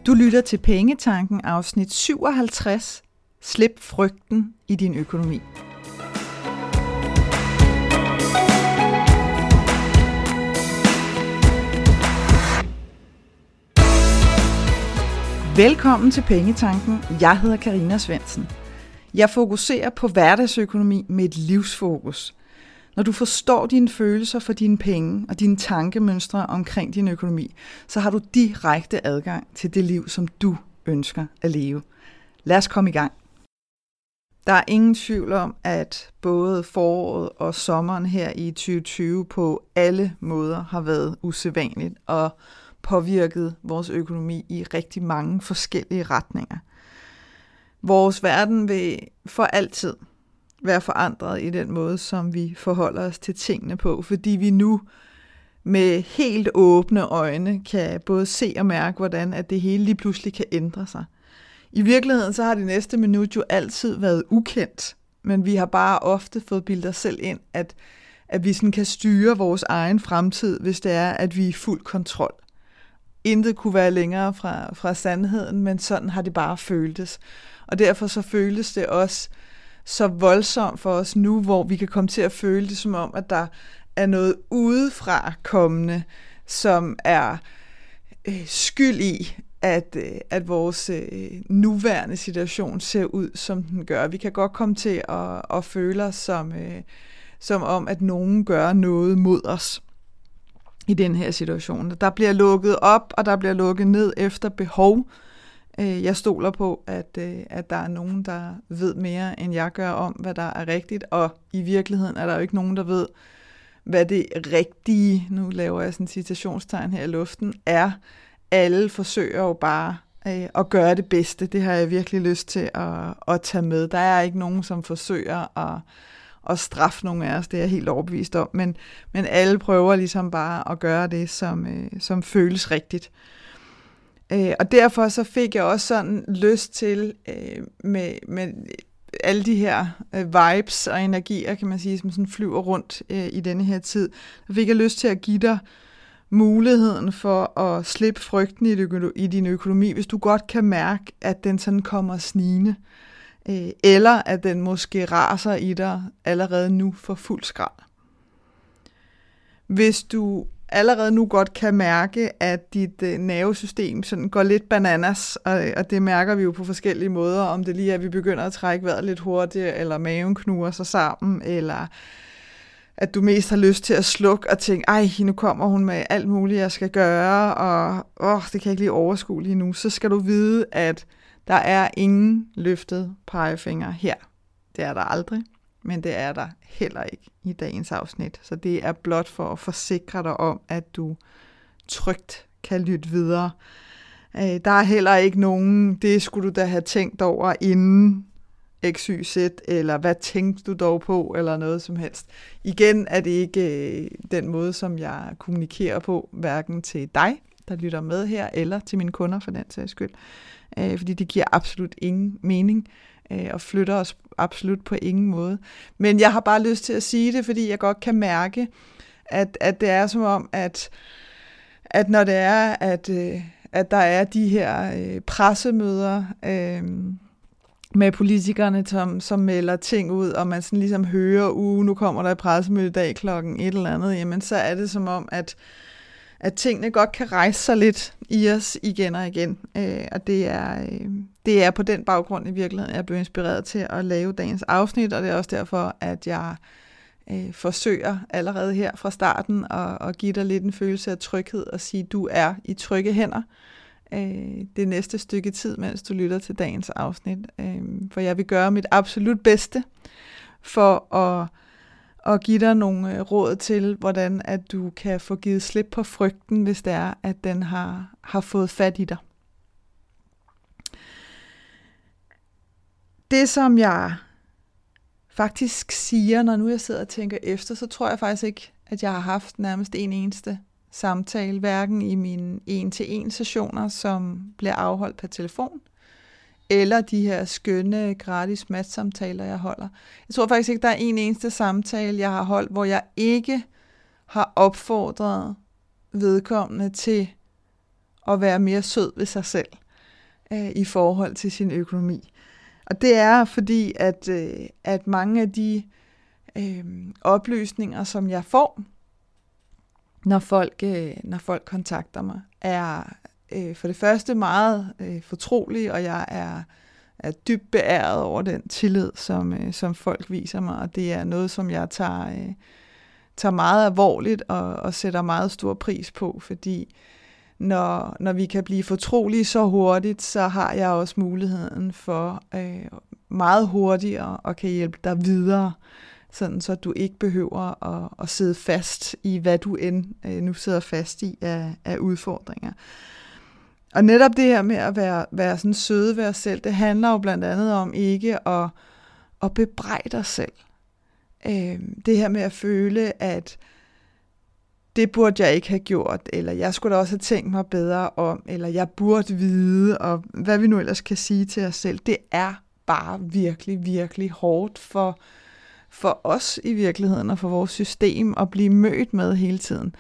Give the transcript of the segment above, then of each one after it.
Du lytter til Pengetanken, afsnit 57. Slip frygten i din økonomi. Velkommen til Pengetanken. Jeg hedder Karina Svendsen. Jeg fokuserer på hverdagsøkonomi med et livsfokus. Når du forstår dine følelser for dine penge og dine tankemønstre omkring din økonomi, så har du direkte adgang til det liv, som du ønsker at leve. Lad os komme i gang. Der er ingen tvivl om, at både foråret og sommeren her i 2020 på alle måder har været usædvanligt og påvirket vores økonomi i rigtig mange forskellige retninger. Vores verden vil for altid være forandret i den måde, som vi forholder os til tingene på, fordi vi nu med helt åbne øjne kan både se og mærke, hvordan at det hele lige pludselig kan ændre sig. I virkeligheden så har det næste minut jo altid været ukendt, men vi har bare ofte fået bildet os selv ind, at vi sådan kan styre vores egen fremtid, hvis det er, at vi er i fuld kontrol. Intet kunne være længere fra sandheden, men sådan har det bare føltes. Og derfor så føles det også så voldsomt for os nu, hvor vi kan komme til at føle det som om, at der er noget udefra kommende, som er skyld i, at vores nuværende situation ser ud, som den gør. Vi kan godt komme til at føle os som om, at nogen gør noget mod os i den her situation. Der bliver lukket op, og der bliver lukket ned efter behov. Jeg stoler på, at der er nogen, der ved mere, end jeg gør om, hvad der er rigtigt, og i virkeligheden er der jo ikke nogen, der ved, hvad det rigtige, nu laver jeg sådan en citationstegn her i luften, er. Alle forsøger jo bare at gøre det bedste. Det har jeg virkelig lyst til at tage med. Der er ikke nogen, som forsøger at straffe nogen af os, det er jeg helt overbevist om, men alle prøver ligesom bare at gøre det, som føles rigtigt. Og derfor så fik jeg også sådan lyst til, med alle de her vibes og energier, kan man sige, som sådan flyver rundt i denne her tid, så fik jeg lyst til at give dig muligheden for at slippe frygten i din økonomi, hvis du godt kan mærke, at den sådan kommer snigende, eller at den måske raser i dig allerede nu for fuld skrald. Hvis du allerede nu godt kan mærke, at dit nervesystem sådan går lidt bananas, og det mærker vi jo på forskellige måder, om det lige er, at vi begynder at trække vejret lidt hurtigt, eller maven knuger sig sammen, eller at du mest har lyst til at slukke og tænke, ej, nu kommer hun med alt muligt, jeg skal gøre, og det kan jeg ikke lige overskue lige nu, så skal du vide, at der er ingen løftet pegefinger her. Det er der aldrig, men det er der heller ikke i dagens afsnit. Så det er blot for at forsikre dig om, at du trygt kan lytte videre. Der er heller ikke nogen, det skulle du da have tænkt over inden XYZ, eller hvad tænkte du dog på, eller noget som helst. Igen er det ikke den måde, som jeg kommunikerer på, hverken til dig, der lytter med her, eller til mine kunder for den sags skyld. Fordi det giver absolut ingen mening, og flytter os absolut på ingen måde. Men jeg har bare lyst til at sige det, fordi jeg godt kan mærke, at det er som om, at når det er, at der er de her pressemøder med politikerne, som melder ting ud, og man sådan ligesom hører, nu kommer der et pressemøde i dag klokken et eller andet, jamen så er det som om, at tingene godt kan rejse sig lidt i os igen og igen. Og det er på den baggrund i virkeligheden, jeg blev inspireret til at lave dagens afsnit, og det er også derfor, at jeg forsøger allerede her fra starten at give dig lidt en følelse af tryghed og sige, at du er i trygge hænder det næste stykke tid, mens du lytter til dagens afsnit. For jeg vil gøre mit absolut bedste for at give dig nogle råd til, hvordan at du kan få givet slip på frygten, hvis det er, at den har fået fat i dig. Det, som jeg faktisk siger, når nu jeg sidder og tænker efter, så tror jeg faktisk ikke, at jeg har haft nærmest en eneste samtale, hverken i mine 1-til-1 sessioner, som bliver afholdt per telefon, eller de her skønne, gratis matchsamtaler, jeg holder. Jeg tror faktisk ikke, der er en eneste samtale, jeg har holdt, hvor jeg ikke har opfordret vedkommende til at være mere sød ved sig selv. i forhold til sin økonomi. Og det er fordi, at mange af de oplysninger, som jeg får, når folk kontakter mig, er for det første meget fortrolige, og jeg er dybt beæret over den tillid, som folk viser mig, og det er noget, som jeg tager meget alvorligt og sætter meget stor pris på, fordi når vi kan blive fortrolige så hurtigt, så har jeg også muligheden for meget hurtigere at kan hjælpe dig videre, sådan så du ikke behøver at sidde fast i, hvad du end nu sidder fast i af udfordringer. Og netop det her med at være sådan søde ved os selv, det handler jo blandt andet om ikke at bebrejde dig selv. Det her med at føle, at det burde jeg ikke have gjort, eller jeg skulle da også have tænkt mig bedre om, eller jeg burde vide, og hvad vi nu ellers kan sige til os selv, det er bare virkelig, virkelig hårdt for os i virkeligheden, og for vores system at blive mødt med hele tiden.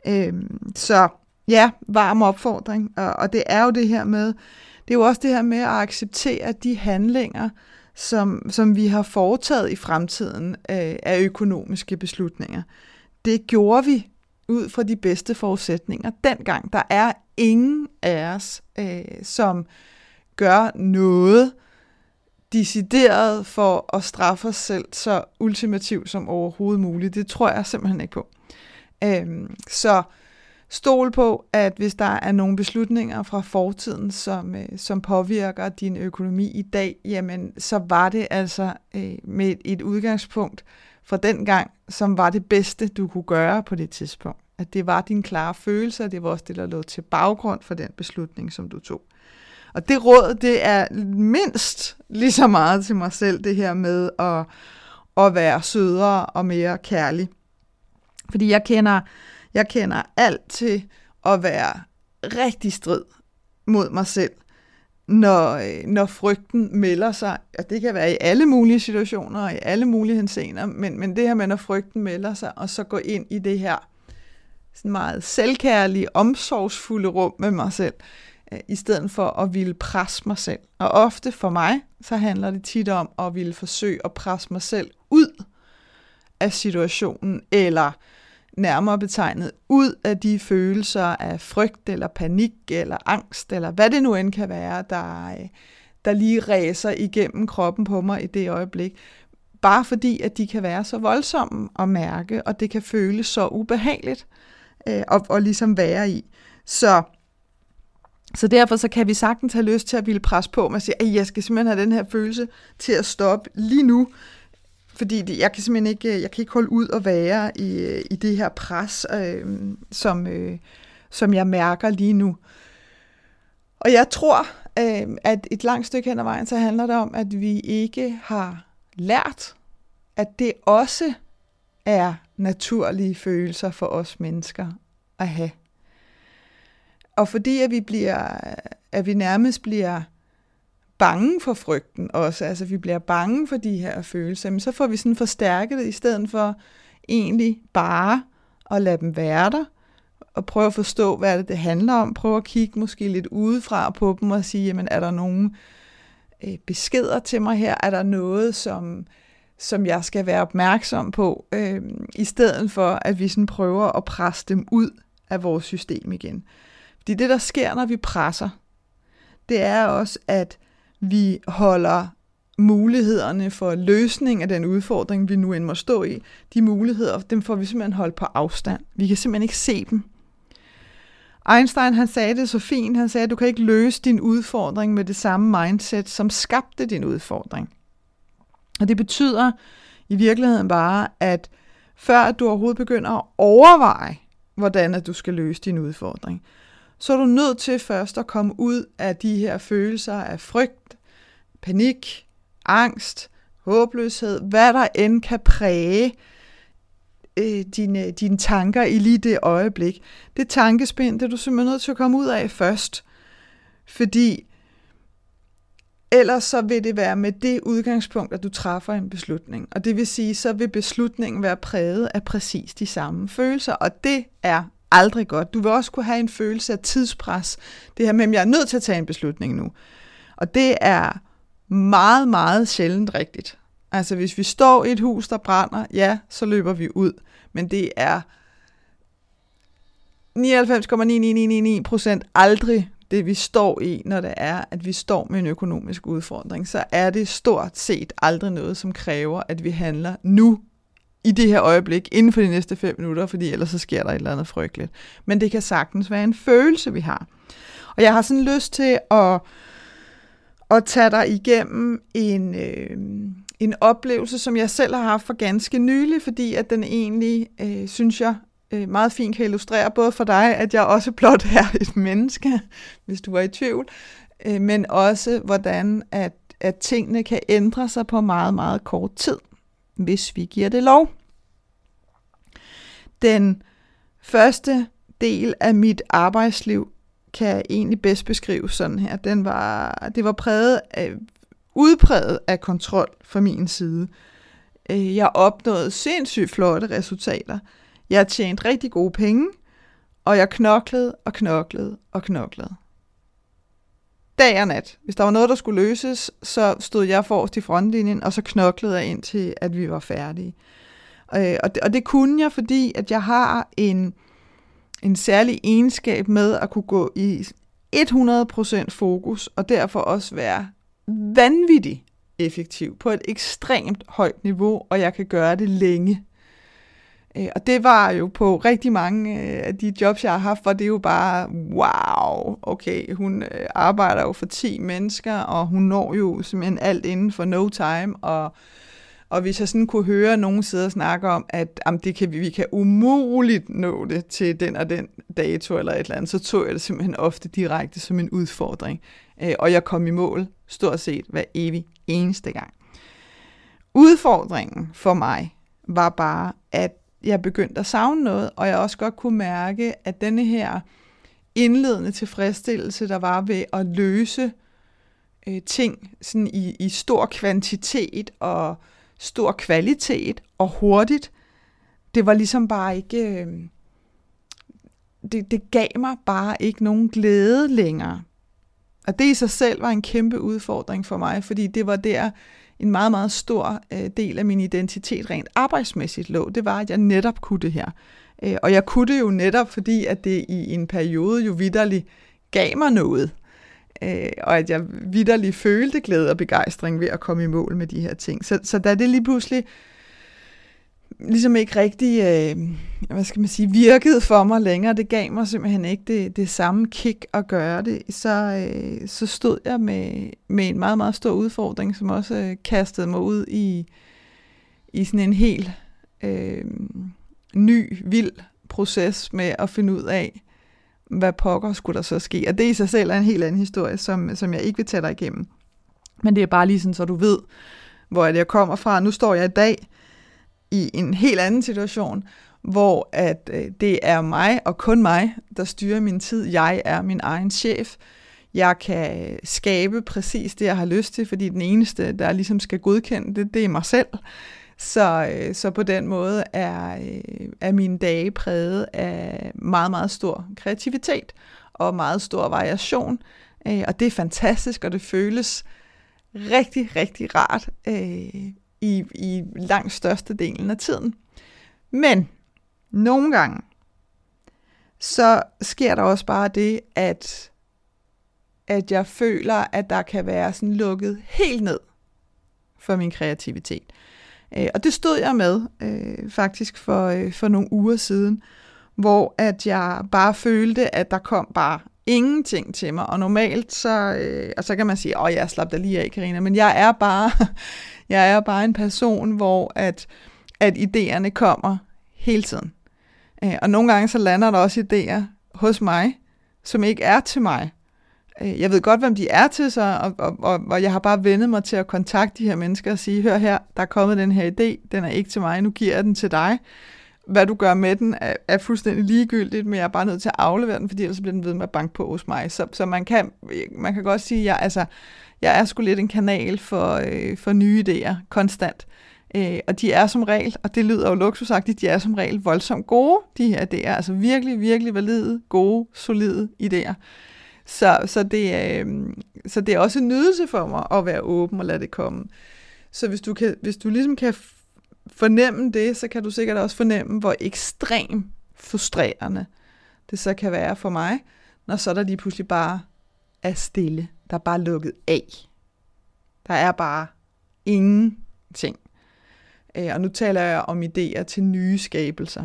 Så ja, varm opfordring, og det er jo det her med, det er jo også det her med at acceptere de handlinger, som vi har foretaget i fremtiden af økonomiske beslutninger. Det gjorde vi ud fra de bedste forudsætninger dengang. Der er ingen af os, som gør noget decideret for at straffe os selv så ultimativt som overhovedet muligt. Det tror jeg simpelthen ikke på. Så stol på, at hvis der er nogle beslutninger fra fortiden, som påvirker din økonomi i dag, jamen så var det altså med et udgangspunkt fra den gang, som var det bedste, du kunne gøre på det tidspunkt. At det var din klare følelse, og det var også det, der lå til baggrund for den beslutning, som du tog. Og det råd, det er mindst lige så meget til mig selv, det her med at være sødere og mere kærlig. Fordi jeg kender alt til at være rigtig strid mod mig selv, når frygten melder sig, og det kan være i alle mulige situationer og i alle mulige henseender, men det her med, når frygten melder sig, og så gå ind i det her sådan meget selvkærlige, omsorgsfulde rum med mig selv, i stedet for at ville presse mig selv. Og ofte for mig, så handler det tit om at ville forsøge at presse mig selv ud af situationen, eller nærmere betegnet ud af de følelser af frygt, eller panik, eller angst, eller hvad det nu end kan være, der lige ræser igennem kroppen på mig i det øjeblik. Bare fordi, at de kan være så voldsomme at mærke, og det kan føles så ubehageligt at ligesom være i. Så derfor så kan vi sagtens have lyst til at ville presse på, og sige, at jeg skal simpelthen have den her følelse til at stoppe lige nu, fordi jeg kan simpelthen ikke holde ud og være i det her pres, som jeg mærker lige nu. Og jeg tror, at et langt stykke hen ad vejen, så handler det om, at vi ikke har lært, at det også er naturlige følelser for os mennesker at have. Og fordi at vi nærmest bliver bange for frygten også, altså vi bliver bange for de her følelser, men så får vi sådan forstærket det, i stedet for egentlig bare at lade dem være der, og prøve at forstå, hvad det handler om, prøve at kigge måske lidt udefra på dem, og sige, jamen er der nogle beskeder til mig her, er der noget, som jeg skal være opmærksom på, i stedet for, at vi sådan prøver at presse dem ud af vores system igen. Fordi det, der sker, når vi presser, det er også, at vi holder mulighederne for løsning af den udfordring, vi nu end må stå i. De muligheder, dem får vi simpelthen holdt på afstand. Vi kan simpelthen ikke se dem. Einstein, han sagde det så fint. Han sagde, at du kan ikke løse din udfordring med det samme mindset, som skabte din udfordring. Og det betyder i virkeligheden bare, at før at du overhovedet begynder at overveje, hvordan at du skal løse din udfordring, så er du nødt til først at komme ud af de her følelser af frygt, panik, angst, håbløshed, hvad der end kan præge dine tanker i lige det øjeblik. Det tankespind, det er du simpelthen nødt til at komme ud af først, fordi ellers så vil det være med det udgangspunkt, at du træffer en beslutning. Og det vil sige, så vil beslutningen være præget af præcis de samme følelser, og det er aldrig godt. Du vil også kunne have en følelse af tidspres. Det her med, at jeg er nødt til at tage en beslutning nu. Og det er meget, meget sjældent rigtigt. Altså hvis vi står i et hus, der brænder, ja, så løber vi ud. Men det er 99,9999% aldrig det, vi står i, når det er, at vi står med en økonomisk udfordring. Så er det stort set aldrig noget, som kræver, at vi handler nu, i det her øjeblik, inden for de næste 5 minutter, fordi ellers så sker der et eller andet frygteligt. Men det kan sagtens være en følelse, vi har. Og jeg har sådan lyst til at tage dig igennem en oplevelse, som jeg selv har haft for ganske nylig, fordi at den egentlig, synes jeg, meget fint kan illustrere både for dig, at jeg også blot er et menneske, hvis du var i tvivl, men også hvordan at tingene kan ændre sig på meget, meget kort tid, hvis vi giver det lov. Den første del af mit arbejdsliv kan jeg egentlig bedst beskrive sådan her. Det var udpræget af kontrol fra min side. Jeg opnåede sindssygt flotte resultater. Jeg tjente rigtig gode penge, og jeg knoklede og knoklede og knoklede. Dag og nat. Hvis der var noget, der skulle løses, så stod jeg forrest i frontlinjen, og så knoklede jeg indtil, at vi var færdige. Og det kunne jeg, fordi at jeg har en særlig egenskab med at kunne gå i 100% fokus, og derfor også være vanvittigt effektiv på et ekstremt højt niveau, og jeg kan gøre det længe. Og det var jo på rigtig mange af de jobs, jeg har haft, hvor det jo bare, wow, okay, hun arbejder jo for 10 mennesker, og hun når jo simpelthen alt inden for no time, og hvis jeg sådan kunne høre nogen sidde og snakke om, at vi kan umuligt nå det til den og den dato eller et eller andet, så tog jeg det simpelthen ofte direkte som en udfordring. Og jeg kom i mål stort set hver evig eneste gang. Udfordringen for mig var bare, at jeg begyndte at savne noget, og jeg også godt kunne mærke, at denne her indledende tilfredsstillelse, der var ved at løse ting sådan i stor kvantitet og stor kvalitet og hurtigt, det var ligesom bare ikke, det gav mig bare ikke nogen glæde længere. Og det i sig selv var en kæmpe udfordring for mig, fordi det var der en meget, meget stor del af min identitet rent arbejdsmæssigt lå. Det var, at jeg netop kunne det her. Og jeg kunne det jo netop, fordi at det i en periode jo vitterligt gav mig noget. Og at jeg vitterligt følte glæde og begejstring ved at komme i mål med de her ting. Så da det lige pludselig ligesom ikke rigtig, virkede for mig længere, det gav mig simpelthen ikke det samme kick at gøre det, så stod jeg med en meget, meget stor udfordring, som også kastede mig ud i sådan en helt ny, vild proces med at finde ud af, hvad pokker skulle der så ske. Og det i sig selv er en helt anden historie, som jeg ikke vil tage dig igennem. Men det er bare lige sådan, så du ved, hvor jeg kommer fra. Nu står jeg i dag i en helt anden situation, hvor at det er mig og kun mig, der styrer min tid. Jeg er min egen chef. Jeg kan skabe præcis det, jeg har lyst til, fordi den eneste, der ligesom skal godkende det er mig selv. Så på den måde er mine dage præget af meget, meget stor kreativitet og meget stor variation. Og det er fantastisk, og det føles rigtig, rigtig rart i langt størstedelen af tiden. Men nogle gange, så sker der også bare det, at jeg føler, at der kan være sådan lukket helt ned for min kreativitet. Og det stod jeg med faktisk for nogle uger siden, hvor at jeg bare følte, at der kom bare ingenting til mig. Og normalt så kan man sige, jeg slap da lige af, Karina, men jeg er bare en person, hvor at idéerne kommer hele tiden. Og nogle gange så lander der også idéer hos mig, som ikke er til mig. Jeg ved godt, hvem de er til sig, og jeg har bare vendet mig til at kontakte de her mennesker og sige, hør her, der er kommet den her idé, den er ikke til mig, nu giver jeg den til dig. Hvad du gør med den er fuldstændig ligegyldigt, men jeg er bare nødt til at aflevere den, fordi ellers bliver den ved med at banke på hos mig. Så man kan godt sige, at jeg er sgu lidt en kanal for nye idéer, konstant. Og de er som regel, og det lyder jo luksusagtigt, de er som regel voldsomt gode, de her idéer, altså virkelig, virkelig valide, gode, solide idéer. Så det er også en nydelse for mig at være åben og lade det komme. Så hvis du ligesom kan fornemme det, så kan du sikkert også fornemme, hvor ekstremt frustrerende det så kan være for mig, når så der lige pludselig bare er stille. Der er bare lukket af. Der er bare ingenting. Og nu taler jeg om idéer til nye skabelser.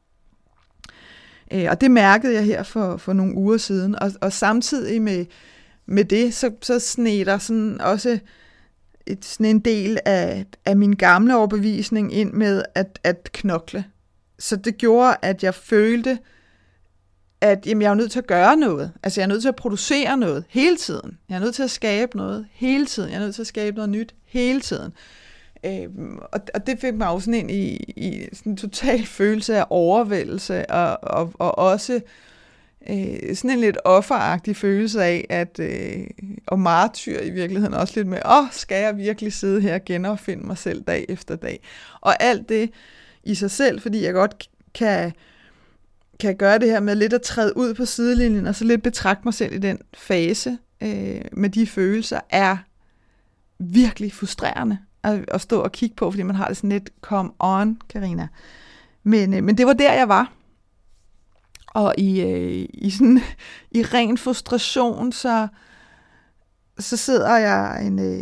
Og det mærkede jeg her for nogle uger siden. Og samtidig med det, så sneg der sådan også sådan en del af min gamle overbevisning ind med at knokle. Så det gjorde, at jeg følte, at jeg er nødt til at gøre noget. Altså jeg er nødt til at producere noget hele tiden. Jeg er nødt til at skabe noget hele tiden. Jeg er nødt til at skabe noget nyt hele tiden. Og det fik mig jo sådan ind i sådan en total følelse af overvældelse, og også sådan en lidt offeragtig følelse af, og martyr i virkeligheden også lidt med, skal jeg virkelig sidde her og genopfinde mig selv dag efter dag? Og alt det i sig selv, fordi jeg godt kan gøre det her med lidt at træde ud på sidelinjen, og så lidt betragte mig selv i den fase med de følelser, er virkelig frustrerende at stå og kigge på, fordi man har det sådan lidt, come on, Karina. Men det var der, jeg var. Og i ren frustration, så sidder jeg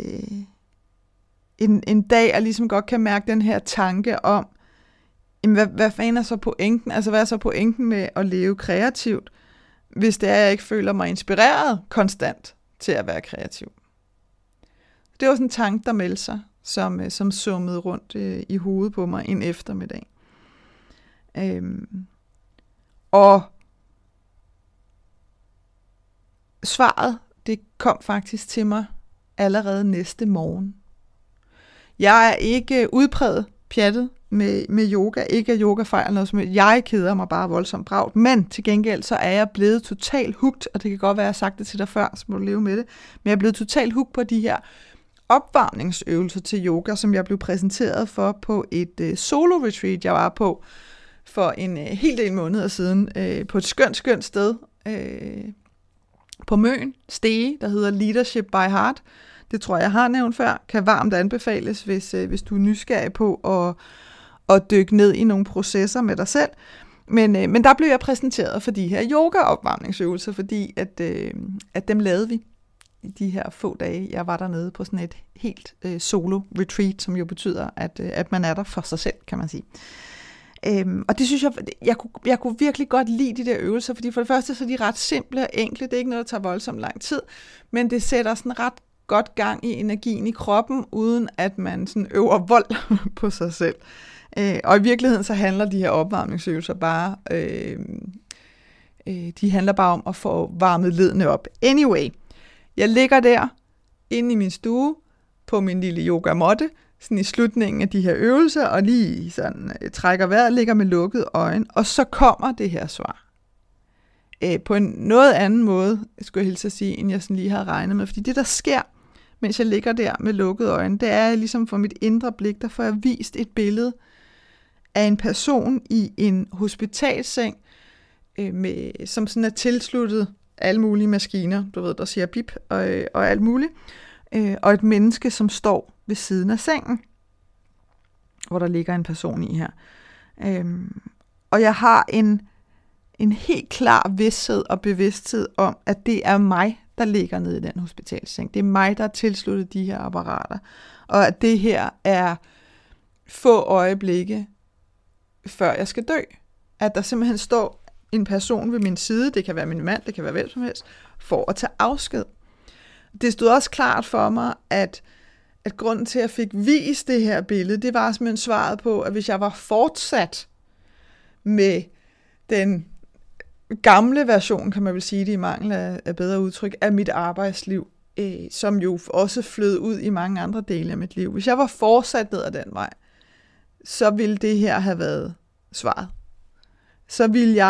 en dag, og ligesom godt kan mærke den her tanke om, hvad fanden er så pointen? Altså, hvad er så pointen med at leve kreativt, hvis det er, at jeg ikke føler mig inspireret konstant til at være kreativ? Det var sådan en tanke, der meldte sig, som summede rundt i hovedet på mig en eftermiddag. Og svaret, det kom faktisk til mig allerede næste morgen. Jeg er ikke udpræget pjattet med yoga, ikke at yoga fejler noget som helst. Jeg keder mig bare voldsomt bravt, men til gengæld så er jeg blevet totalt hooked, og det kan godt være, at jeg har sagt det til dig før, så må du leve med det, men jeg er blevet totalt hooked på de her opvarmningsøvelser til yoga, som jeg blev præsenteret for på et solo-retreat, jeg var på for en hel del måneder siden, på et skønt sted på Møn, Stege, der hedder Leadership by Heart. Det tror jeg har nævnt før, kan varmt anbefales, hvis du er nysgerrig på at dykke ned i nogle processer med dig selv. Men der blev jeg præsenteret for de her yoga-opvarmningsøvelser, fordi at dem lavede vi i de her få dage. Jeg var dernede på sådan et helt solo-retreat, som jo betyder, at man er der for sig selv, kan man sige. Og det synes jeg kunne virkelig godt lide de der øvelser, fordi for det første så er de ret simple og enkle. Det er ikke noget, der tager voldsomt lang tid, men det sætter sådan ret godt gang i energien i kroppen, uden at man sådan øver vold på sig selv. Og i virkeligheden så handler de her opvarmningsøvelser bare, de handler bare om at få varmet ledene op. Anyway, jeg ligger der inde i min stue på min lille yogamåtte, sådan i slutningen af de her øvelser, og lige sådan trækker vejret, ligger med lukkede øjne, og så kommer det her svar. På en noget anden måde, skulle jeg hilse at sige, end jeg sådan lige havde regnet med. Fordi det, der sker, mens jeg ligger der med lukkede øjne, det er ligesom for mit indre blik, der får jeg vist et billede af en person i en hospitalseng, som sådan er tilsluttet alle mulige maskiner, du ved, der siger bip og alt muligt, og et menneske, som står ved siden af sengen, hvor der ligger en person i her. Og jeg har en helt klar vidsthed og bevidsthed om, at det er mig, der ligger nede i den hospitalseng. Det er mig, der har tilsluttet de her apparater. Og at det her er få øjeblikke, før jeg skal dø. At der simpelthen står en person ved min side, det kan være min mand, det kan være hvem som helst, for at tage afsked. Det stod også klart for mig, at grunden til, at jeg fik vist det her billede, det var simpelthen svaret på, at hvis jeg var fortsat med den gamle version, kan man vel sige det i mangel af bedre udtryk, af mit arbejdsliv, som jo også flød ud i mange andre dele af mit liv. Hvis jeg var fortsat ned ad den vej, så ville det her have været svaret. Så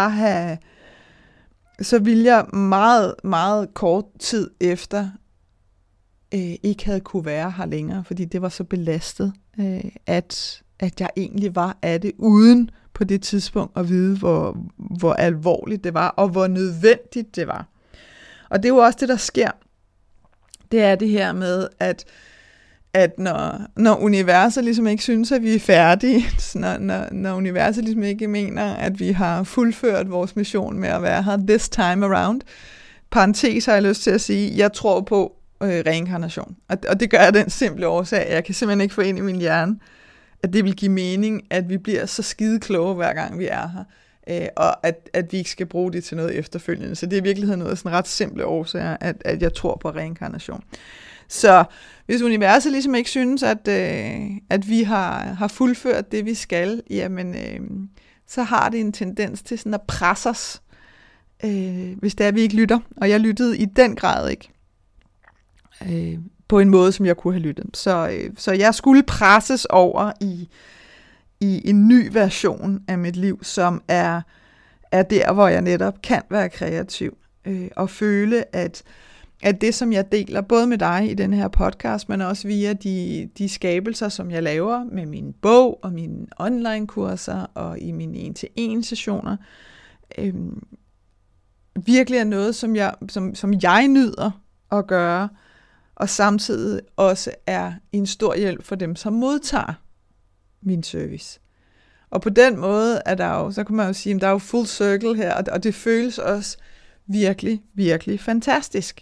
ville jeg meget, meget kort tid efter ikke havde kunne være her længere, fordi det var så belastet, at jeg egentlig var af det, uden på det tidspunkt at vide, hvor alvorligt det var, og hvor nødvendigt det var. Og det er jo også det, der sker. Det er det her med, at når universet ligesom ikke synes, at vi er færdige, når universet ligesom ikke mener, at vi har fuldført vores mission med at være her this time around, parentes har jeg lyst til at sige, jeg tror på reinkarnation. Og det gør jeg den simple årsag. Jeg kan simpelthen ikke få ind i min hjerne, at det vil give mening, at vi bliver så skide kloge, hver gang vi er her. Og at vi ikke skal bruge det til noget efterfølgende. Så det er i virkeligheden noget af sådan ret simple årsager, at jeg tror på reinkarnation. Så hvis universet ligesom ikke synes, at vi har fuldført det, vi skal, jamen, så har det en tendens til sådan at presse os, hvis det er, vi ikke lytter. Og jeg lyttede i den grad ikke på en måde, som jeg kunne have lyttet. Så jeg skulle presses over i en ny version af mit liv, som er der, hvor jeg netop kan være kreativ og føle, at det, som jeg deler, både med dig i den her podcast, men også via de skabelser, som jeg laver med min bog og mine online-kurser og i mine 1-til-1 sessioner, virkelig er noget, som jeg nyder at gøre, og samtidig også er en stor hjælp for dem, som modtager min service. Og på den måde er der jo, så kan man jo sige, at der er jo full circle her, og det føles også virkelig, virkelig fantastisk.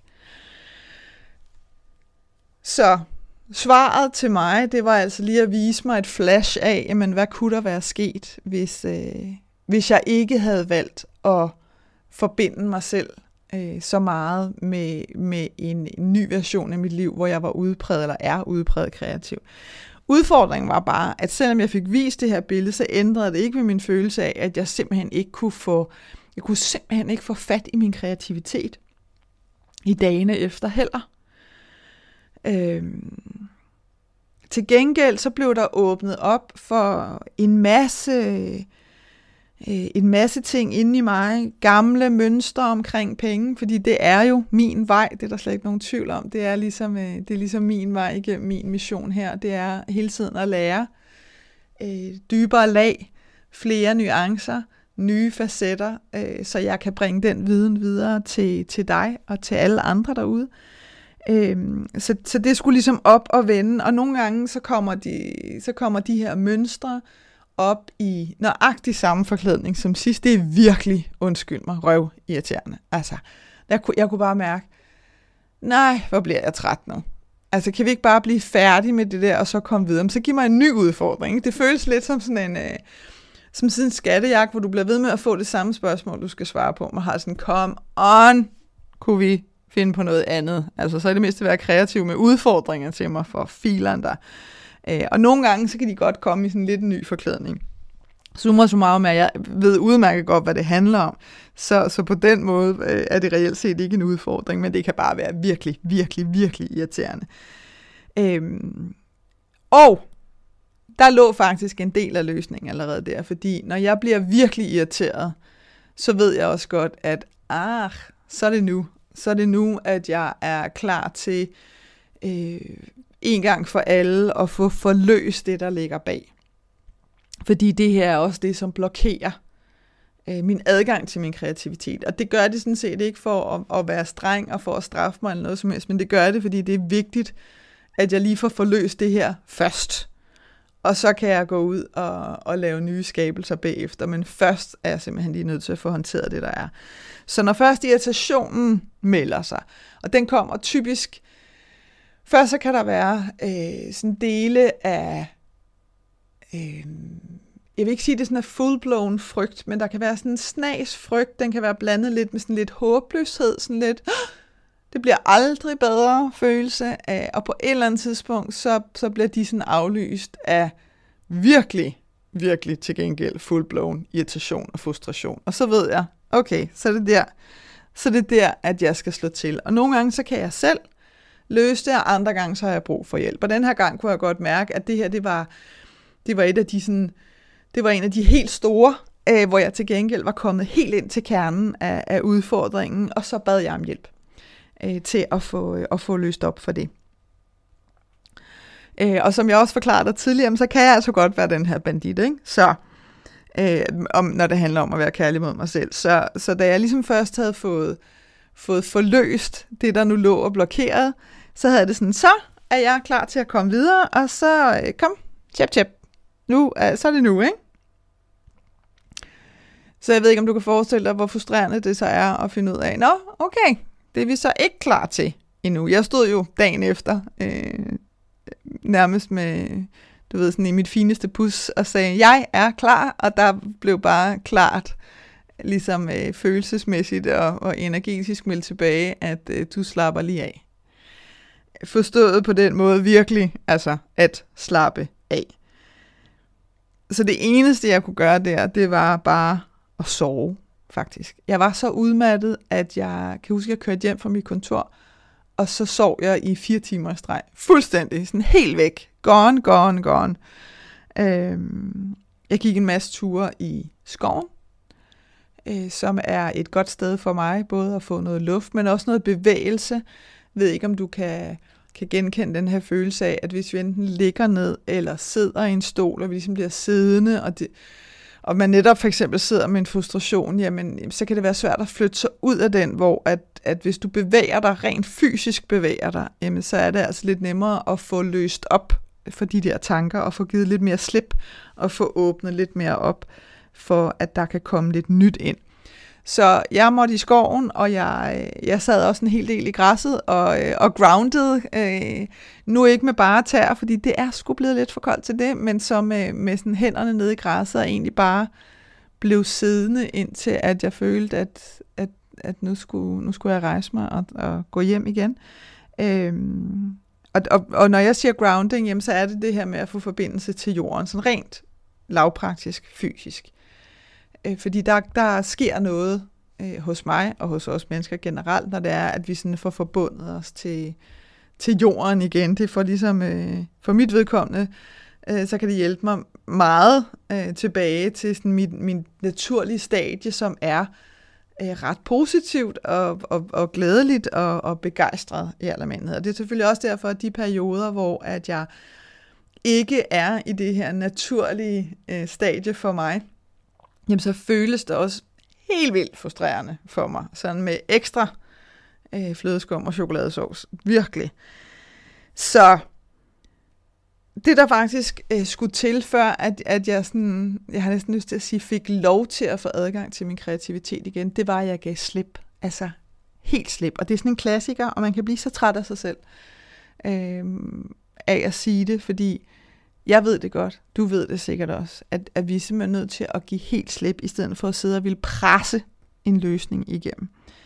Så svaret til mig, det var altså lige at vise mig et flash af, jamen, hvad kunne der være sket, hvis jeg ikke havde valgt at forbinde mig selv så meget med en ny version af mit liv, hvor jeg var udpræget, eller er udpræget kreativ. Udfordringen var bare, at selvom jeg fik vist det her billede, så ændrede det ikke ved min følelse af, at jeg simpelthen ikke kunne få fat i min kreativitet i dagene efter heller. Til gengæld så blev der åbnet op for en masse ting inde i mig, gamle mønstre omkring penge, fordi det er jo min vej, det er der slet ikke nogen tvivl om. Det er ligesom min vej igennem min mission her. Det er hele tiden at lære dybere lag, flere nuancer, nye facetter, så jeg kan bringe den viden videre til dig og til alle andre derude. Så det skulle ligesom op og vende, og nogle gange så kommer de her mønstre op i nøjagtig samme forklædning som sidst. Det er virkelig, undskyld mig, røvirriterende. Altså, jeg kunne bare mærke, nej, hvor bliver jeg træt nu. Altså, kan vi ikke bare blive færdige med det der, og så komme videre? Men så giv mig en ny udfordring. Det føles lidt som sådan en skattejagt, hvor du bliver ved med at få det samme spørgsmål, du skal svare på. Man har sådan, come on, kunne vi finde på noget andet? Altså, så er det mest at være kreativ med udfordringer til mig for fileren der. Og nogle gange, så kan de godt komme i sådan lidt en ny forklædning. Summa summarum er, jeg ved udmærket godt, hvad det handler om. Så på den måde er det reelt set ikke en udfordring, men det kan bare være virkelig, virkelig, virkelig irriterende. Og der lå faktisk en del af løsningen allerede der, fordi når jeg bliver virkelig irriteret, så ved jeg også godt, at så er det nu. Så er det nu, at jeg er klar til en gang for alle at få forløst det, der ligger bag. Fordi det her er også det, som blokerer min adgang til min kreativitet. Og det gør det sådan set ikke for at være streng og for at straffe mig eller noget som helst, men det gør det, fordi det er vigtigt, at jeg lige får forløst det her først. Og så kan jeg gå ud og lave nye skabelser bagefter, men først er jeg simpelthen lige nødt til at få håndteret det, der er. Så når først irritationen melder sig, og den kommer typisk, først så kan der være sådan dele af, jeg vil ikke sige, det er sådan en full-blown frygt, men der kan være sådan en snas frygt, den kan være blandet lidt med sådan lidt håbløshed, sådan lidt, det bliver aldrig bedre følelse af, og på et eller andet tidspunkt, så bliver de sådan aflyst af virkelig, virkelig til gengæld full-blown irritation og frustration. Og så ved jeg, okay, så er det der, at jeg skal slå til. Og nogle gange, så kan jeg selv løse det, og andre gange, så har jeg brug for hjælp. Og den her gang kunne jeg godt mærke, at det her, det var et af de sådan, det var en af de helt store, hvor jeg til gengæld var kommet helt ind til kernen af udfordringen, og så bad jeg om hjælp til at få løst op for det. Og som jeg også forklarede dig tidligere, så kan jeg altså godt være den her bandit, ikke? Så, når det handler om at være kærlig mod mig selv. Så da jeg ligesom først havde fået forløst det, der nu lå og blokeret, så havde det sådan, så er jeg klar til at komme videre, og så kom, tjep. Nu, så er det nu, ikke? Så jeg ved ikke, om du kan forestille dig, hvor frustrerende det så er at finde ud af, nå, okay, det er vi så ikke klar til endnu. Jeg stod jo dagen efter, nærmest med, du ved, sådan i mit fineste pus, og sagde, jeg er klar, og der blev bare klart, ligesom følelsesmæssigt og energetisk meldt tilbage, at du slapper lige af. Forstået på den måde virkelig, altså at slappe af. Så det eneste, jeg kunne gøre der, det var bare at sove, faktisk. Jeg var så udmattet, at jeg kan huske, at jeg kørte hjem fra mit kontor, og så sov jeg i 4 timer i streg. Fuldstændig, sådan helt væk. Gone. Jeg gik en masse ture i skoven, som er et godt sted for mig, både at få noget luft, men også noget bevægelse. Jeg ved ikke, om du kan genkende den her følelse af, at hvis vi enten ligger ned, eller sidder i en stol, og vi ligesom bliver siddende, og man netop for eksempel sidder med en frustration, jamen, så kan det være svært at flytte sig ud af den, hvor at hvis du bevæger dig, rent fysisk bevæger dig, jamen, så er det altså lidt nemmere at få løst op for de der tanker, og få givet lidt mere slip, og få åbnet lidt mere op, for at der kan komme lidt nyt ind. Så jeg måtte i skoven, og jeg sad også en hel del i græsset og grounded. Nu ikke med bare tæer, fordi det er sgu blevet lidt for koldt til det, men så med sådan hænderne nede i græsset, og egentlig bare blev siddende indtil, at jeg følte, at nu skulle jeg rejse mig og gå hjem igen. Og når jeg siger grounding, jamen, så er det her med at få forbindelse til jorden, sådan rent lavpraktisk, fysisk. Fordi der sker noget hos mig og hos os mennesker generelt, når det er, at vi sådan får forbundet os til jorden igen. Det får ligesom, for mit vedkommende, så kan det hjælpe mig meget tilbage til sådan min naturlige stadie, som er ret positivt og glædeligt og begejstret i allermindhed. Og det er selvfølgelig også derfor, at de perioder, hvor at jeg ikke er i det her naturlige stadie for mig, jamen så føles det også helt vildt frustrerende for mig. Sådan med ekstra flødeskum og chokoladesauce. Virkelig. Så det der faktisk skulle til, før at jeg sådan, jeg har næsten lyst til at sige, fik lov til at få adgang til min kreativitet igen, det var, at jeg gav slip. Altså helt slip. Og det er sådan en klassiker, og man kan blive så træt af sig selv af at sige det, fordi jeg ved det godt, du ved det sikkert også, at vi er simpelthen nødt til at give helt slip, i stedet for at sidde og ville presse en løsning igennem.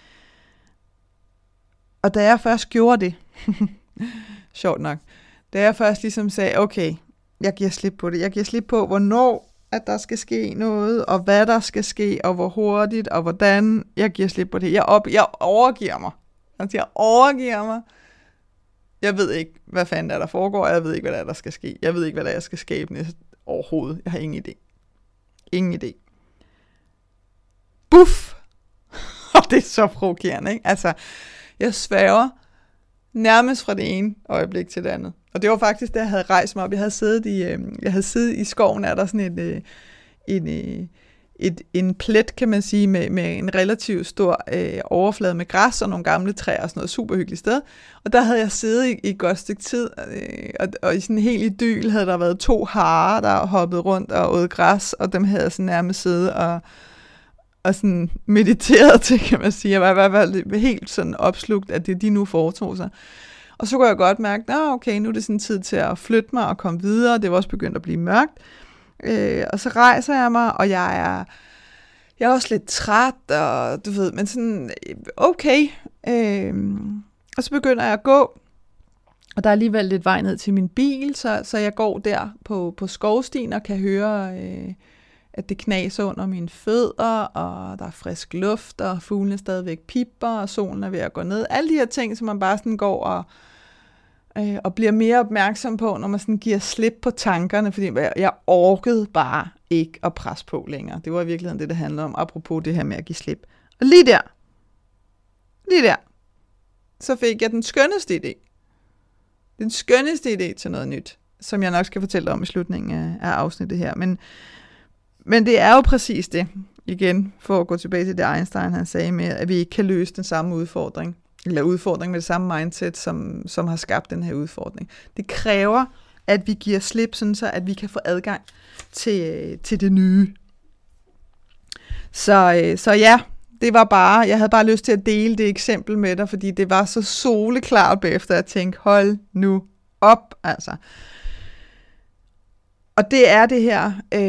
Og da jeg først gjorde det, sjovt nok, da jeg først ligesom sagde, okay, jeg giver slip på det, jeg giver slip på, hvornår at der skal ske noget, og hvad der skal ske, og hvor hurtigt, og hvordan jeg giver slip på det. Jeg overgiver mig. Altså, jeg overgiver mig. Jeg ved ikke, hvad fanden der foregår, jeg ved ikke, hvad der skal ske. Jeg ved ikke, hvad der jeg skal skabe næste overhovedet. Jeg har ingen idé. Ingen idé. Buff! Og det er så provokerende, ikke? Altså, jeg sværger nærmest fra det ene øjeblik til det andet. Og det var faktisk, da jeg havde rejst mig op. Jeg havde siddet i skoven, er der sådan en plet, kan man sige, med en relativt stor overflade med græs og nogle gamle træer og sådan noget super hyggeligt sted. Og der havde jeg siddet i et godt stykke tid, og i sådan en helt idyl havde der været 2 harer, der hoppede rundt og åd græs, og dem havde jeg sådan nærmest siddet og sådan mediteret til, kan man sige. Jeg var i hvert fald helt sådan opslugt, at det de nu foretog sig. Og så kunne jeg godt mærke, okay, nu er det sådan tid til at flytte mig og komme videre. Det var også begyndt at blive mørkt. Og så rejser jeg mig, og jeg er også lidt træt, og du ved, men sådan, okay. Og så begynder jeg at gå, og der er alligevel lidt vej ned til min bil, så jeg går der på skovstien og kan høre, at det knaser under mine fødder, og der er frisk luft, og fuglene stadigvæk pipper, og solen er ved at gå ned. Alle de her ting, som man bare sådan går og bliver mere opmærksom på, når man sådan giver slip på tankerne, fordi jeg orkede bare ikke at presse på længere. Det var i virkeligheden det handler om, apropos det her med at give slip. Og lige der, så fik jeg den skønneste idé til noget nyt, som jeg nok skal fortælle om i slutningen af afsnittet her. Men det er jo præcis det. igen, for at gå tilbage til det Einstein, han sagde med, at vi ikke kan løse den samme udfordring, eller udfordring med det samme mindset, som har skabt den her udfordring. Det kræver, at vi giver slip, sådan så at vi kan få adgang til det nye. Så ja, det var bare, jeg havde bare lyst til at dele det eksempel med dig, fordi det var så soleklart bagefter at tænke, hold nu op, altså. Og det er det her,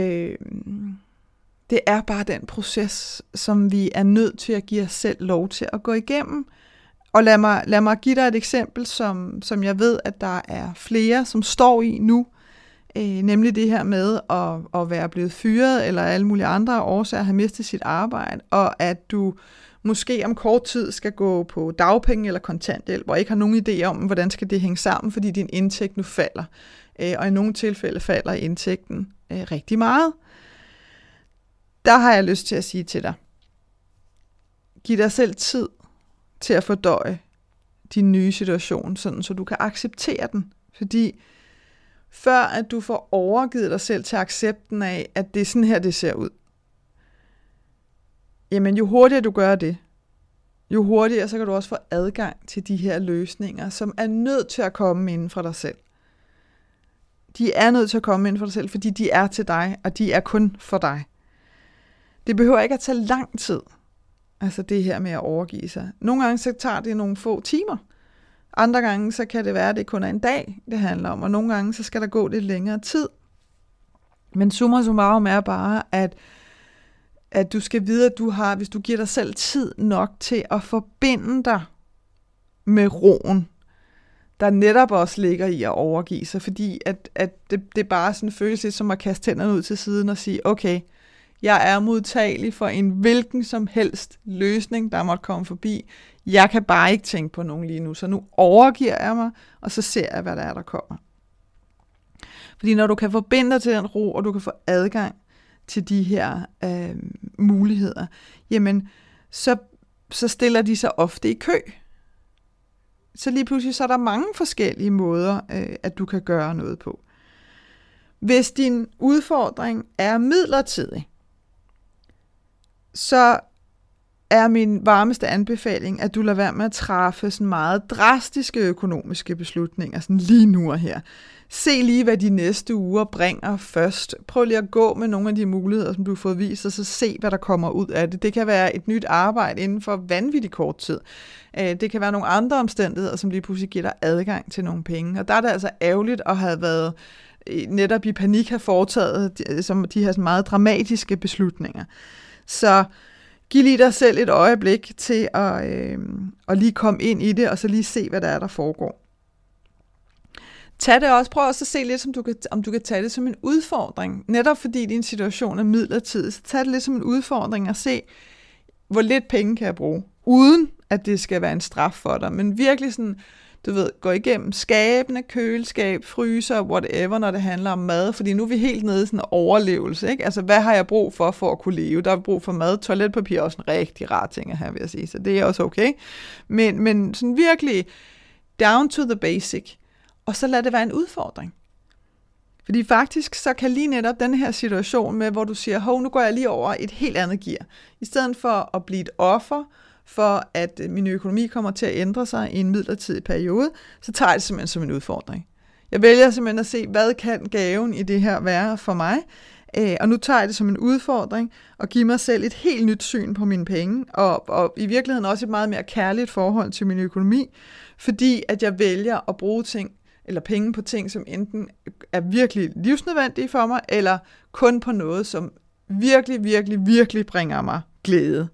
det er bare den proces, som vi er nødt til at give os selv lov til at gå igennem. Og lad mig give dig et eksempel, som jeg ved, at der er flere, som står i nu, nemlig det her med at være blevet fyret, eller alle mulige andre årsager have mistet sit arbejde, og at du måske om kort tid skal gå på dagpenge eller kontanthjælp, og ikke har nogen idé om, hvordan skal det hænge sammen, fordi din indtægt nu falder. Og i nogle tilfælde falder indtægten rigtig meget. Der har jeg lyst til at sige til dig, giv dig selv tid til at fordøje din nye situation, sådan så du kan acceptere den. Fordi før at du får overgivet dig selv til accepten af, at det er sådan her, det ser ud, jamen jo hurtigere du gør det, jo hurtigere så kan du også få adgang til de her løsninger, som er nødt til at komme inden fra dig selv. De er nødt til at komme inden for dig selv, fordi de er til dig, og de er kun for dig. Det behøver ikke at tage lang tid, altså det her med at overgive sig. Nogle gange så tager det nogle få timer. Andre gange så kan det være, at det kun er en dag, det handler om, og nogle gange så skal der gå lidt længere tid. Men summa summarum er bare, at du skal vide, at du har, hvis du giver dig selv tid nok til at forbinde dig med roen, der netop også ligger i at overgive sig, fordi at det bare sådan føles lidt som at kaste hænderne ud til siden og sige, okay, jeg er modtagelig for en hvilken som helst løsning, der måtte komme forbi. Jeg kan bare ikke tænke på nogen lige nu, så nu overgiver jeg mig, og så ser jeg, hvad der er, der kommer. Fordi når du kan forbinde dig til den ro, og du kan få adgang til de her muligheder, jamen, så stiller de sig ofte i kø. Så lige pludselig så er der mange forskellige måder, at du kan gøre noget på. Hvis din udfordring er midlertidig, så er min varmeste anbefaling, at du lader være med at træffe sådan meget drastiske økonomiske beslutninger, sådan lige nu og her. Se lige, hvad de næste uger bringer først. Prøv lige at gå med nogle af de muligheder, som du har fået vist, og så se, hvad der kommer ud af det. Det kan være et nyt arbejde inden for vanvittig kort tid. Det kan være nogle andre omstændigheder, som lige pludselig giver dig adgang til nogle penge. Og der er det altså ærgerligt at have været netop i panik, have foretaget de her meget dramatiske beslutninger. Så giv lige dig selv et øjeblik til at lige komme ind i det, og så lige se, hvad der er, der foregår. Tag det også, prøv også at se lidt, om du kan tage det som en udfordring. Netop fordi din situation er midlertidig, så tag det lidt som en udfordring og se, hvor lidt penge kan jeg bruge, uden at det skal være en straf for dig. Men virkelig sådan, du ved, gå igennem skabene, køleskab, fryser, whatever, når det handler om mad. Fordi nu er vi helt nede i sådan en overlevelse, ikke? Altså, hvad har jeg brug for at kunne leve? Der er brug for mad. Toiletpapir er også en rigtig rar ting at have, vil jeg sige. Så det er også okay. Men sådan virkelig down to the basic. Og så lad det være en udfordring. Fordi faktisk, så kan lige netop den her situation med, hvor du siger, nu går jeg lige over et helt andet gear. I stedet for at blive et offer, for at min økonomi kommer til at ændre sig i en midlertidig periode, så tager jeg det simpelthen som en udfordring. Jeg vælger simpelthen at se, hvad kan gaven i det her være for mig, og nu tager jeg det som en udfordring, og giver mig selv et helt nyt syn på mine penge, og i virkeligheden også et meget mere kærligt forhold til min økonomi, fordi at jeg vælger at bruge ting, eller penge på ting, som enten er virkelig livsnødvendige for mig, eller kun på noget, som virkelig, virkelig, virkelig bringer mig glæde.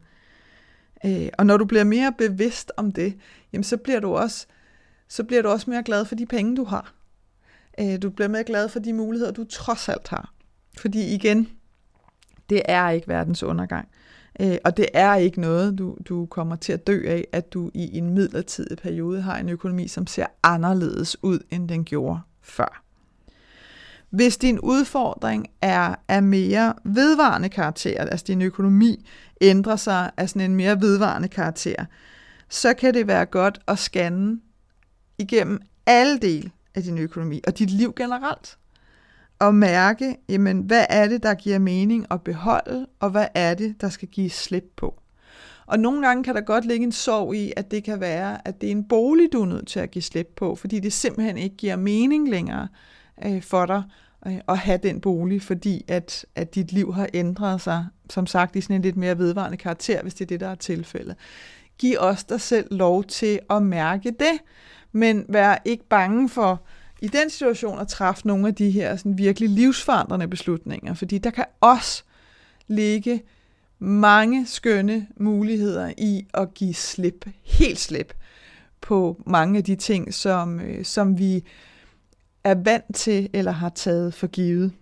Og når du bliver mere bevidst om det, jamen så bliver du også mere glad for de penge, du har. Du bliver mere glad for de muligheder, du trods alt har. Fordi igen, det er ikke verdens undergang. Og det er ikke noget, du kommer til at dø af, at du i en midlertidig periode har en økonomi, som ser anderledes ud, end den gjorde før. Hvis din udfordring er mere vedvarende karakter, altså din økonomi ændrer sig af sådan en mere vedvarende karakter, så kan det være godt at scanne igennem alle dele af din økonomi og dit liv generelt. at mærke, jamen, hvad er det, der giver mening at beholde, og hvad er det, der skal gives slip på. Og nogle gange kan der godt ligge en sorg i, at det kan være, at det er en bolig, du er nødt til at give slip på, fordi det simpelthen ikke giver mening længere for dig at have den bolig, fordi at dit liv har ændret sig, som sagt, i sådan en lidt mere vedvarende karakter, hvis det er det, der er tilfældet. Giv også dig selv lov til at mærke det, men vær ikke bange for i den situation at træffe nogle af de her sådan virkelig livsforandrende beslutninger, fordi der kan også ligge mange skønne muligheder i at give slip, helt slip, på mange af de ting, som vi er vant til eller har taget for givet.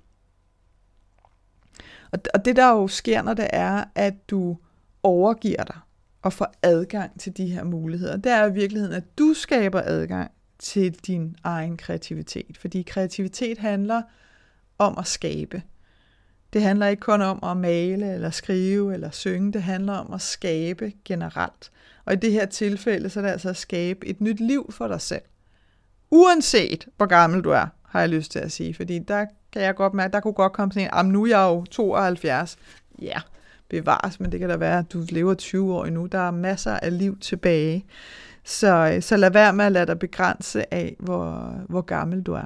Og det der jo sker, når det er, at du overgiver dig og får adgang til de her muligheder, det er i virkeligheden, at du skaber adgang til din egen kreativitet. Fordi kreativitet handler om at skabe. Det handler ikke kun om at male, eller skrive, eller synge. Det handler om at skabe generelt. Og i det her tilfælde, så er det altså at skabe et nyt liv for dig selv. Uanset hvor gammel du er, har jeg lyst til at sige. Fordi der kan jeg godt mærke, der kunne godt komme sådan en, nu er jeg jo 72. Ja, bevares, men det kan da være, at du lever 20 år endnu. Der er masser af liv tilbage. Så lad være med at lade dig begrænse af, hvor gammel du er.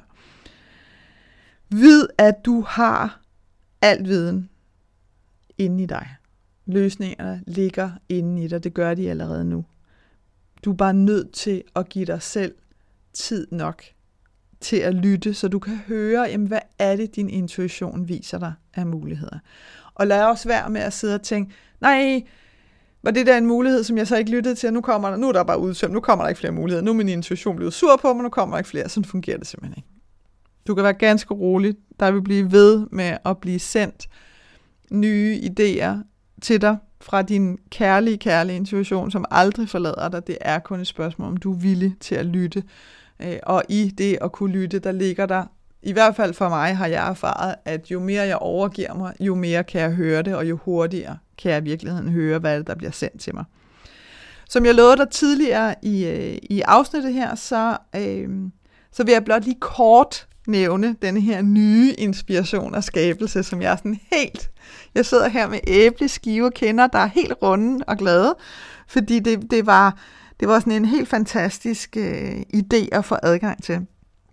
Vid, at du har alt viden inde i dig. Løsningerne ligger inde i dig. Det gør de allerede nu. Du er bare nødt til at give dig selv tid nok til at lytte, så du kan høre, jamen, hvad er det, din intuition viser dig af muligheder. Og lad også være med at sidde og tænke, nej, var det der en mulighed, som jeg så ikke lyttede til, nu er der bare udtømt, nu kommer der ikke flere muligheder, nu er min intuition blevet sur på mig, nu kommer der ikke flere, sådan fungerer det simpelthen ikke. Du kan være ganske rolig, der vil blive ved med at blive sendt nye idéer til dig fra din kærlige intuition, som aldrig forlader dig. Det er kun et spørgsmål, om du er villig til at lytte. Og i det at kunne lytte, der ligger der, i hvert fald for mig har jeg erfaret, at jo mere jeg overgiver mig, jo mere kan jeg høre det, og jo hurtigere kan jeg i virkeligheden høre, hvad det, der bliver sendt til mig. Som jeg lovede dig tidligere i afsnittet her, så vil jeg blot lige kort nævne denne her nye inspiration og skabelse, som jeg er sådan helt... Jeg sidder her med æbleskiver kender, der er helt runde og glade, fordi det var sådan en helt fantastisk idé at få adgang til.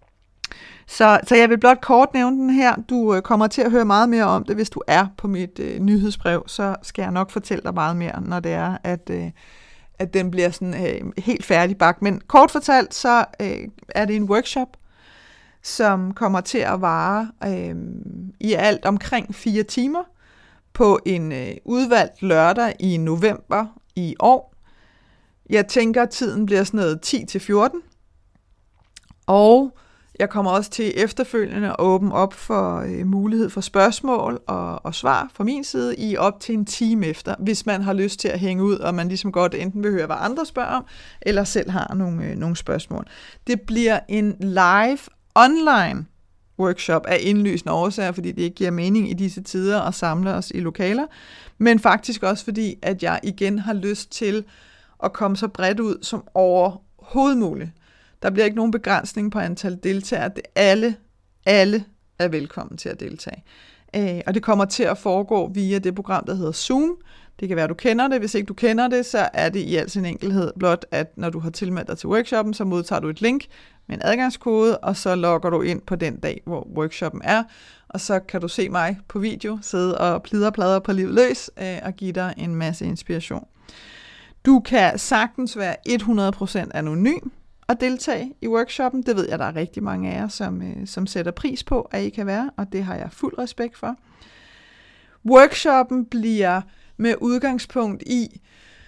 Så jeg vil blot kort nævne den her. Du kommer til at høre meget mere om det, hvis du er på mit nyhedsbrev, så skal jeg nok fortælle dig meget mere, når det er, at den bliver sådan helt færdigbagt. Men kort fortalt, så er det en workshop, som kommer til at vare i alt omkring 4 timer på en udvalgt lørdag i november i år. Jeg tænker, at tiden bliver sådan noget 10-14, og jeg kommer også til efterfølgende at åbne op for mulighed for spørgsmål og svar fra min side i op til en time efter, hvis man har lyst til at hænge ud, og man ligesom godt enten vil høre, hvad andre spørger om, eller selv har nogle spørgsmål. Det bliver en live online workshop af indlysende årsager, fordi det ikke giver mening i disse tider at samle os i lokaler, men faktisk også fordi, at jeg igen har lyst til at komme så bredt ud som overhovedet muligt. Der bliver ikke nogen begrænsning på antal deltagere. Alle er velkommen til at deltage. Og det kommer til at foregå via det program, der hedder Zoom. Det kan være, du kender det. Hvis ikke du kender det, så er det i al sin enkelhed blot, at når du har tilmeldt dig til workshoppen, så modtager du et link med en adgangskode, og så logger du ind på den dag, hvor workshoppen er. Og så kan du se mig på video, sidde og plider på livet løs og give dig en masse inspiration. Du kan sagtens være 100% anonym at deltage i workshoppen. Det ved jeg, der er rigtig mange af jer, som sætter pris på, at I kan være, og det har jeg fuld respekt for. Workshoppen bliver med udgangspunkt i,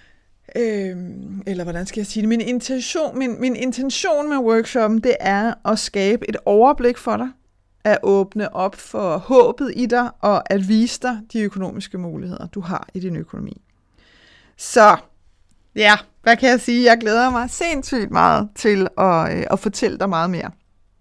eller hvordan skal jeg sige det, min intention med workshoppen, det er at skabe et overblik for dig, at åbne op for håbet i dig, og at vise dig de økonomiske muligheder, du har i din økonomi. Så ja, hvad kan jeg sige? Jeg glæder mig sindssygt meget til at fortælle dig meget mere.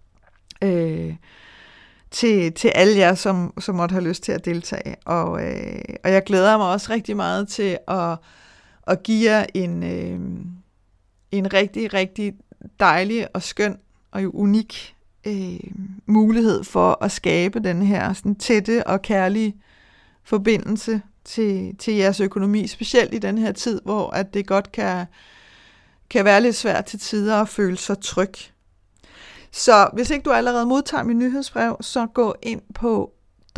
Til alle jer, som måtte have lyst til at deltage. Og jeg glæder mig også rigtig meget til at give jer en rigtig, rigtig dejlig og skøn og unik mulighed for at skabe den her sådan tætte og kærlige forbindelse til jeres økonomi, specielt i den her tid, hvor at det godt kan være lidt svært til tider at føle sig tryg. Så hvis ikke du allerede modtager mit nyhedsbrev, så gå ind på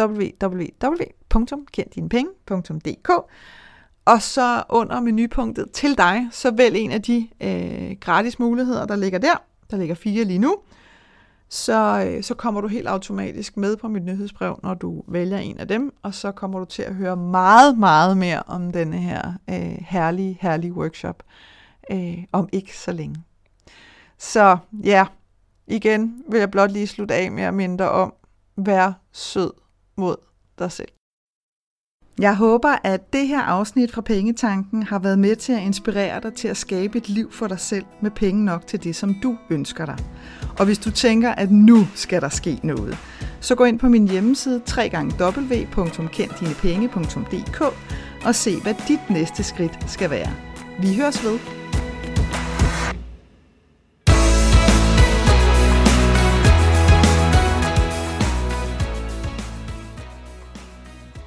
www.kenddinepenge.dk, og så under menupunktet til dig, så vælg en af de gratis muligheder, der ligger der. Der ligger 4 lige nu. Så kommer du helt automatisk med på mit nyhedsbrev, når du vælger en af dem, og så kommer du til at høre meget, meget mere om denne her herlige workshop om ikke så længe. Så ja, igen vil jeg blot lige slutte af med at minde dig om, vær sød mod dig selv. Jeg håber, at det her afsnit fra Pengetanken har været med til at inspirere dig til at skabe et liv for dig selv med penge nok til det, som du ønsker dig. Og hvis du tænker, at nu skal der ske noget, så gå ind på min hjemmeside www.kenddinepenge.dk og se, hvad dit næste skridt skal være. Vi høres ved.